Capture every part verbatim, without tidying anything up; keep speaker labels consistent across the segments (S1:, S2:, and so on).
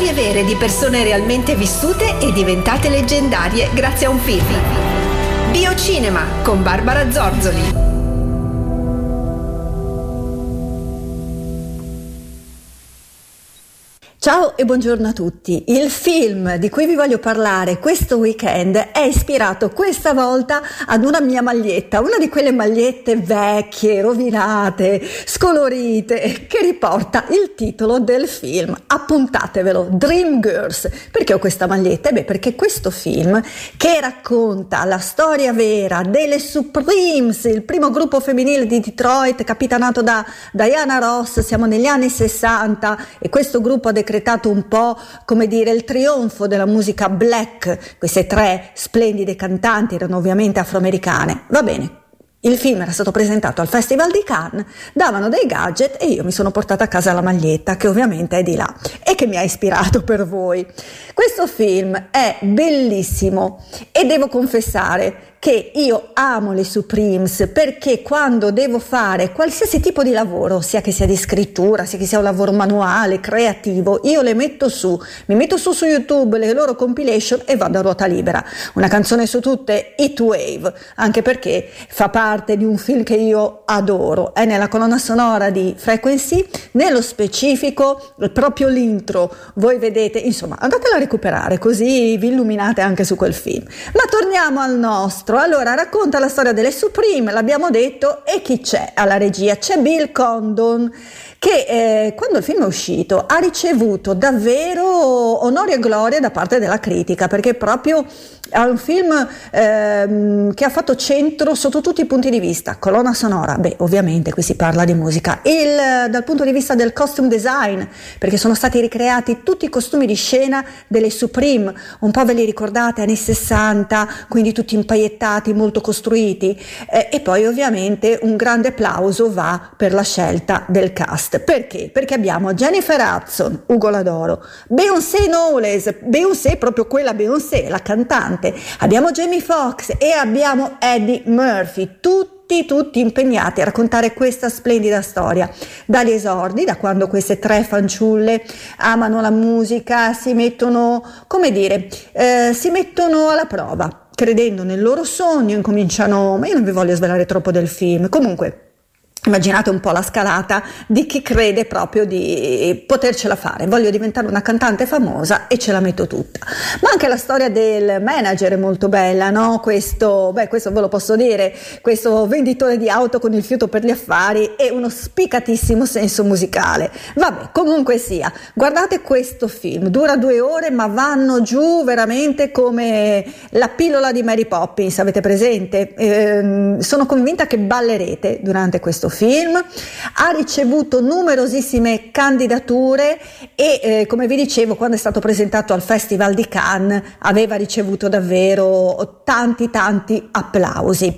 S1: Storie vere di persone realmente vissute e diventate leggendarie grazie a un film. Biocinema con Barbara Zorzoli.
S2: Ciao e buongiorno a tutti. Il film di cui vi voglio parlare questo weekend è ispirato questa volta ad una mia maglietta, una di quelle magliette vecchie, rovinate, scolorite, che riporta il titolo del film. Appuntatevelo, Dreamgirls. Perché ho questa maglietta? Beh, perché questo film, che racconta la storia vera delle Supremes, il primo gruppo femminile di Detroit capitanato da Diana Ross, siamo negli anni sessanta e questo gruppo ha decretato un po', come dire, il trionfo della musica black. Queste tre splendide cantanti erano ovviamente afroamericane. Va bene, il film era stato presentato al Festival di Cannes, davano dei gadget e io mi sono portata a casa la maglietta, che ovviamente è di là e che mi ha ispirato per voi. Questo film è bellissimo e devo confessare che io amo le Supremes, perché quando devo fare qualsiasi tipo di lavoro, sia che sia di scrittura, sia che sia un lavoro manuale, creativo, io le metto su, mi metto su su YouTube le loro compilation e vado a ruota libera. Una canzone su tutte, Heat Wave, anche perché fa parte di un film che io adoro, è nella colonna sonora di Frequency, nello specifico proprio l'intro, voi vedete, insomma andatela a recuperare così vi illuminate anche su quel film. Ma torniamo al nostro. Allora, racconta la storia delle Supreme, l'abbiamo detto, e chi c'è alla regia? C'è Bill Condon, che eh, quando il film è uscito ha ricevuto davvero onore e gloria da parte della critica, perché proprio è un film ehm, che ha fatto centro sotto tutti i punti di vista. Colonna sonora, beh, ovviamente qui si parla di musica, il, dal punto di vista del costume design, perché sono stati ricreati tutti i costumi di scena delle Supreme, un po' ve li ricordate, anni sessanta, quindi tutti impaiettati, molto costruiti, eh, e poi ovviamente un grande applauso va per la scelta del cast. Perché? Perché abbiamo Jennifer Hudson, Ugo Ladoro, Beyoncé Knowles, Beyoncé proprio quella Beyoncé, la cantante, abbiamo Jamie Foxx e abbiamo Eddie Murphy, tutti tutti impegnati a raccontare questa splendida storia dagli esordi, da quando queste tre fanciulle amano la musica, si mettono, come dire, eh, si mettono alla prova, credendo nel loro sogno, incominciano, ma io non vi voglio svelare troppo del film, comunque immaginate un po' la scalata di chi crede proprio di potercela fare. Voglio diventare una cantante famosa e ce la metto tutta. Ma anche la storia del manager è molto bella, no? Questo, beh, questo ve lo posso dire, questo venditore di auto con il fiuto per gli affari e uno spiccatissimo senso musicale. Vabbè, comunque sia, guardate questo film, dura due ore ma vanno giù veramente come la pillola di Mary Poppins, avete presente? Eh, sono convinta che ballerete durante questo film. Ha ricevuto numerosissime candidature e eh, come vi dicevo, quando è stato presentato al Festival di Cannes aveva ricevuto davvero tanti tanti applausi.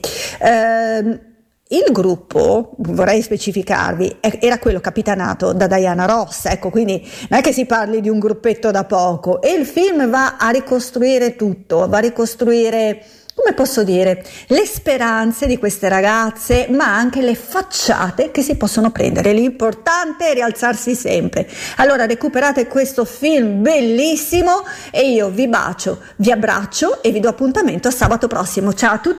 S2: Eh, Il gruppo, vorrei specificarvi, era quello capitanato da Diana Ross, ecco, quindi non è che si parli di un gruppetto da poco, e il film va a ricostruire tutto, va a ricostruire, come posso dire, le speranze di queste ragazze, ma anche le facciate che si possono prendere. L'importante è rialzarsi sempre. Allora recuperate questo film bellissimo e io vi bacio, vi abbraccio e vi do appuntamento a sabato prossimo. Ciao a tutti.